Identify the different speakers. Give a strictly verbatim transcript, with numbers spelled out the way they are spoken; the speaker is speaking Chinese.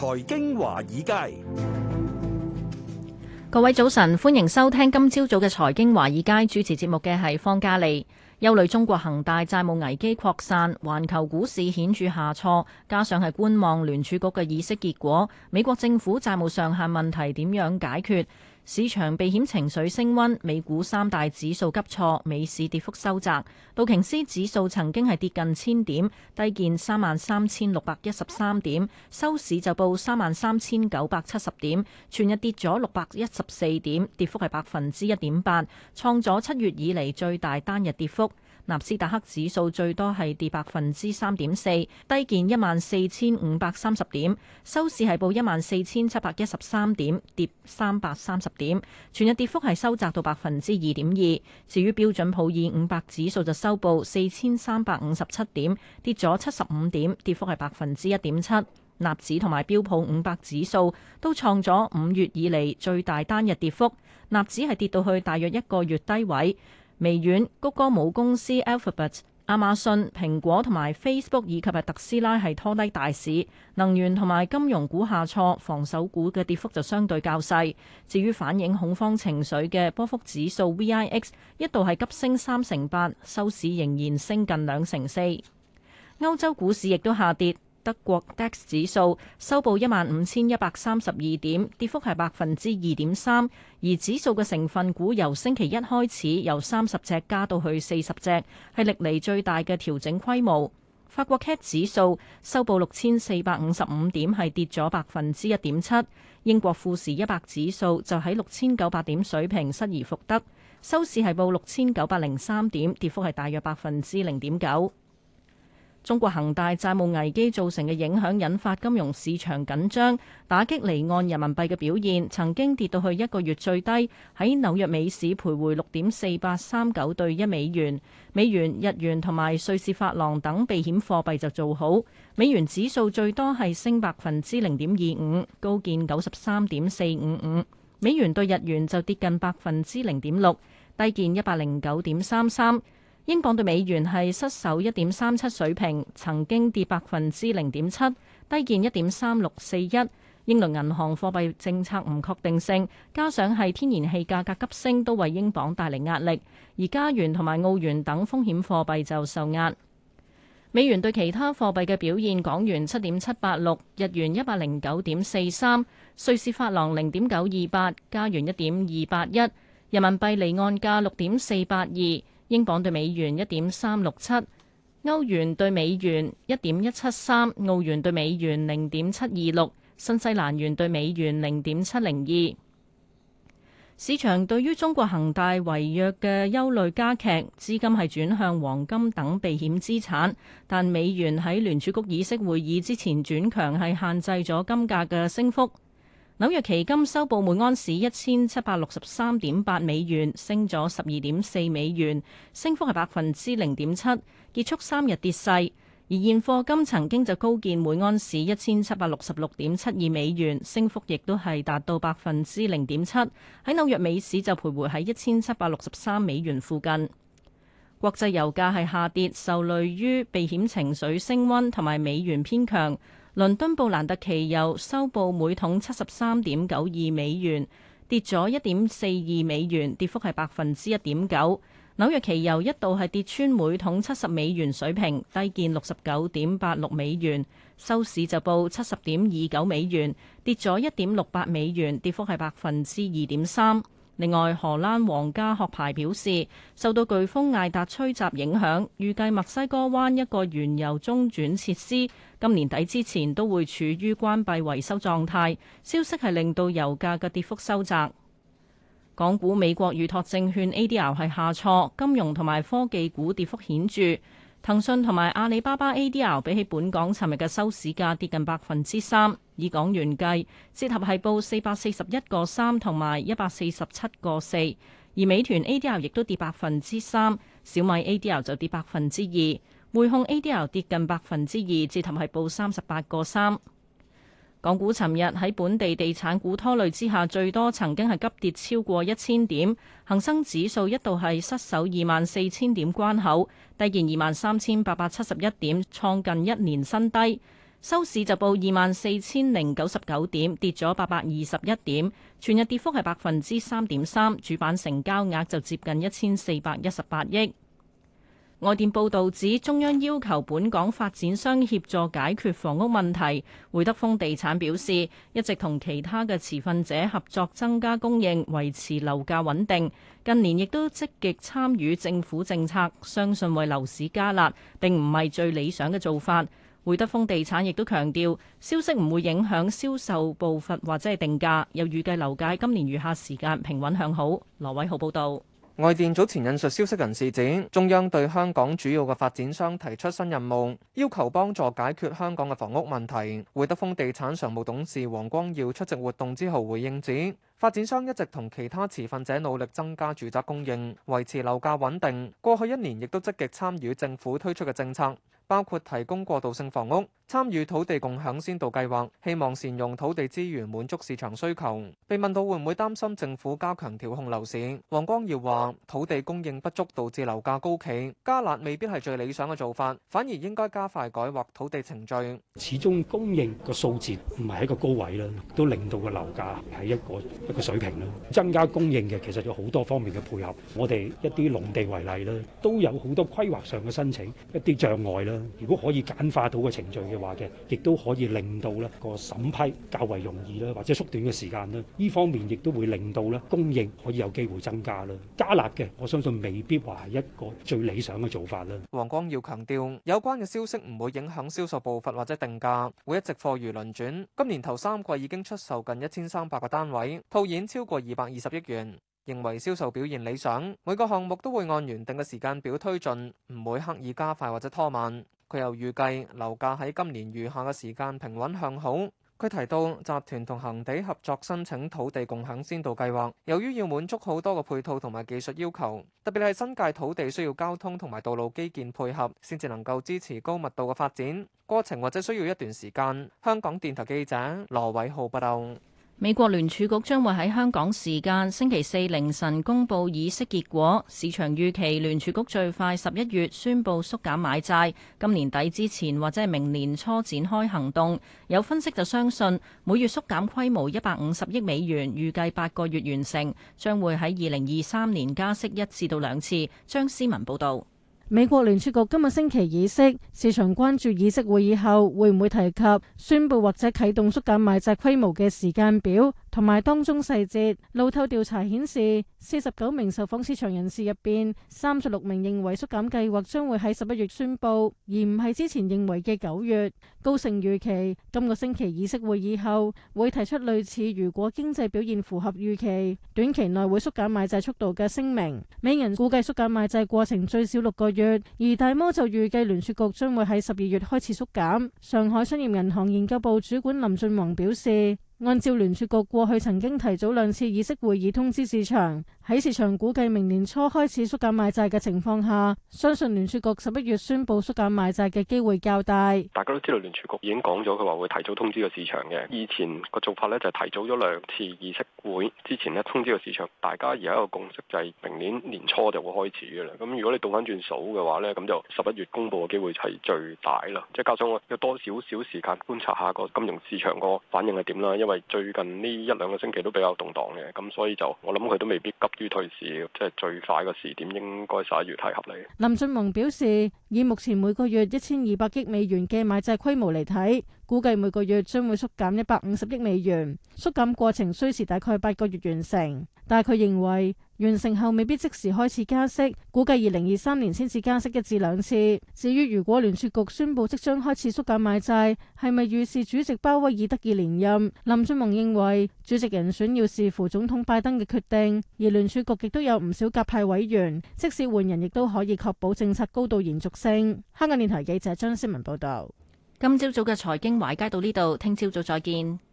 Speaker 1: 財經華爾街，
Speaker 2: 各位早晨，歡迎收聽今朝早嘅財經華爾街，主持節目嘅係方嘉利。憂慮中國恒大債務危機擴散，環球股市顯著下挫，加上係觀望聯儲局嘅議息結果，美國政府債務上限問題點樣解決，市場避險情緒升溫，美股三大指數急挫，美市跌幅收窄。道瓊斯指數曾經係跌近千點，低見三萬三千六百一十三點，收市就報三萬三千九百七十點，全日跌咗六百一十四點，跌幅係百分之一點八，創咗七月以嚟最大單日跌幅。納斯達克指數最多係跌百分之三點四，低見一萬四千五百三十點，收市係報一萬四千七百一十三點，跌三百三十點，全日跌幅係收窄到百分之二點二。至於標準普爾五百指數就收報四千三百五十七點，跌咗七十五點，跌幅係百分之一點七。納指同埋標普五百指數都創咗五月以嚟最大單日跌幅，納指係跌到去大約一個月低位。微軟、谷歌母公司 Alphabet、亞馬遜、蘋果同埋 Facebook 以及係特斯拉係拖低大市，能源同埋金融股下挫，防守股嘅跌幅就相對較細。至於反映恐慌情緒嘅波幅指數 V I X 一度係急升三成八，收市仍然升近兩成四。歐洲股市亦都下跌。德國 D A X 指數收報一萬五千一百三十二點，跌幅係百分之二點三，而指數嘅成分股由星期一開始由三十隻加到去四十隻，係歷嚟最大嘅調整規模。法國 C A C 指數收報六千四百五十五點，係跌咗百分之一點七。英國富時一百指數就喺六千九百點水平失而復得，收市係報六千九百零三點，跌幅係大約百分之零點九。中國恒大債務危機造成嘅影響引發金融市場緊張，打擊離岸人民幣嘅表現，曾經跌到去一個月最低，喺紐約美市徘徊六點四八三九對一美元。美元、日元同埋瑞士法郎等避險貨幣就做好，美元指數最多係升百分之零點二五，高見九十三點四五五。美元對日元就跌近百分之零點六，低見一百零九點三三。英鎊對美元係失守一點三七水平，曾經跌百分之零點七，低見一點三六四一。英倫銀行貨幣政策唔確定性，加上係天然氣價格急升，都為英鎊帶嚟壓力。而加元同埋澳元等風險貨幣就受壓。美元對其他貨幣嘅表現，港元七點七八六，日元一百零九點四三，瑞士法郎零點九二八，加元一點二八一，人民幣離岸價六點四八二。英鎊對美元一點三六七，歐元對美元一點一七三，澳元對美元零點七二六，新西蘭元對美元零點七零二。市場對於中國恒大違約嘅憂慮加劇，資金係轉向黃金等避險資產，但美元喺聯儲局議息會議之前轉強，係限制咗金價嘅升幅。紐約期金收報每安士一千七百六十三點八美元，升咗十二點四美元，升幅係百分之零點七，結束三日跌勢。而現貨金曾經就高見每安士一千七百六十六點七二美元，升幅亦都係達到百分之零點七。喺紐約美市就徘徊喺一千七百六十三美元附近。國際油價係下跌，受累於避險情緒升溫同埋美元偏強。倫敦布蘭特期油收報每桶七十三點九二美元，跌咗一點四二美元，跌幅係百分之一點九。紐約期油一度係跌穿每桶七十美元水平，低見六十九點八六美元，收市就報七十點二九美元，跌咗一點六八美元，跌幅係百分之二點三。另外，荷蘭皇家殼牌表示，受到颶風艾達吹襲影響，預計墨西哥灣一個原油中轉設施今年底之前都會處於關閉維修狀態。消息係令到油價嘅跌幅收窄。港股美國預託證券 A D R 係下挫，金融同埋科技股跌幅顯著。騰訊同埋阿里巴巴 A D R 比起本港尋日嘅收市價跌近百分之三，以港元計，折合係報四百四十一個三同埋一百四十七個四。而美團 A D R 亦都跌百分之三，小米 A D R 就跌百分之二，匯控 A D R 跌近百分之二，折合係報三十八個三。港股尋日喺本地地產股拖累之下，最多曾經係急跌超過一千點，恒生指數一度係失守二萬四千點關口，低見二萬三千八百七十一點，創近一年新低。 收市就報二萬四千零九十九點，跌咗八百二十一點，全日跌幅係百分之三點三，主板成交額就接近一千四百一十八億。外電報導指，中央要求本港發展商協助解決房屋問題。會德豐地產表示，一直同其他嘅持份者合作，增加供應，維持樓價穩定。近年亦都積極參與政府政策，相信為樓市加辣並唔係最理想嘅做法。會德豐地產亦都強調，消息唔會影響銷售步伐或者係定價，又預計樓價今年餘下時間平穩向好。羅偉浩報導。
Speaker 1: 外電早前引述消息人士指，中央對香港主要嘅發展商提出新任務，要求幫助解決香港嘅房屋問題。會德豐地產常務董事黃光耀出席活動之後回應指，發展商一直同其他持份者努力增加住宅供應，維持樓價穩定。過去一年亦都積極參與政府推出嘅政策，包括提供過渡性房屋、參與土地共享先導計劃，希望善用土地資源滿足市場需求。被問到會唔會擔心政府加強調控樓市，黃光耀話：土地供應不足導致樓價高企，加辣未必係最理想嘅做法，反而應該加快改劃土地程序。
Speaker 3: 始終供應個數字唔係喺個高位啦，都令到個樓價係一個一個水平啦。增加供應嘅其實有好多方面嘅配合，我哋一啲農地為例啦，都有好多規劃上嘅申請一啲障礙啦。如果可以簡化到個程序嘅話嘅，亦都可以令到咧個審批較為容易啦，或者縮短嘅時間啦。呢方面亦都會令到咧供應可以有機會增加啦。加辣嘅，我相信未必話係一個最理想嘅做法啦。
Speaker 1: 黃光耀強調，有關嘅消息唔會影響銷售步伐或者定價，會一直貨如輪轉。今年頭三季已經出售近一千三百個單位，套現超過二百二十億元。認為銷售表現理想，每個項目都會按原定嘅時間表推進，唔會刻意加快或者拖慢。佢又預計樓價喺今年餘下嘅時間平穩向好。佢提到集團同恒地合作申請土地共享先導計劃，由於要滿足好多個配套同埋技術要求，特別係新界土地需要交通同埋道路基建配合，先至能夠支持高密度嘅發展過程，或者需要一段時間。香港電台記者羅偉浩報道。
Speaker 2: 美國聯儲局將會喺香港時間星期四凌晨公佈議息結果，市場預期聯儲局最快十一月宣布縮減買債，今年底之前或者係明年初展開行動。有分析就相信每月縮減規模一百五十億美元，預計八個月完成，將會喺二零二三年加息一至到兩次。張思文報導。
Speaker 4: 美國聯儲局今個星期議息，市場關注議息會議後會唔會提及宣布或者啟動縮減買債規模嘅時間表同埋當中細節。路透調查顯示，四十九名受訪市場人士入邊，三十六名認為縮減計劃將會喺十一月宣布，而唔係之前認為嘅九月。高盛預期今個星期議息會議後會提出類似如果經濟表現符合預期，短期內會縮減買債速度嘅聲明。美銀估計縮減買債過程最少六個月，而大摩就預計聯儲局將會喺十二月開始縮減。上海商業銀行研究部主管林俊宏表示，按照聯儲局過去曾經提早兩次議息會議通知市場，喺市場估計明年初開始縮減買債嘅情況下，相信聯儲局十一月宣布縮減買債嘅機會較大。
Speaker 5: 大家都知道聯儲局已經講咗，佢話會提早通知個市場嘅。以前個做法咧就係提早咗兩次議息會之前咧通知個市場，大家而家一個共識就係明年年初就會開始嘅啦。咁如果你倒翻轉數嘅話咧，咁就十一月公佈嘅機會係最大啦。即係加上我有多少少時間觀察下個金融市場個反應係點啦，因為最近呢一兩個星期都比較動盪嘅，咁所以就我諗佢都未必急於退市，即係最快個時點應該十一月係合理。
Speaker 4: 林俊宏表示，以目前每個月一千二百億美元嘅買債規模嚟睇，估計每個月將會縮減一百五十億美元，縮減過程需時大概八個月完成。但係佢認為完成後未必即時開始加息，估計二零二三年先至加息一至兩次。至於如果聯儲局宣布即將開始縮減買債，係咪預示主席鮑威爾得以連任？林俊宏認為主席人選要視乎總統拜登嘅決定，而聯儲局亦都有唔少鴿派委員，即使換人亦都可以確保政策高度延續性。香港電台記者張思文報道。
Speaker 2: 今朝早嘅財經華爾街到呢度，聽朝早再見。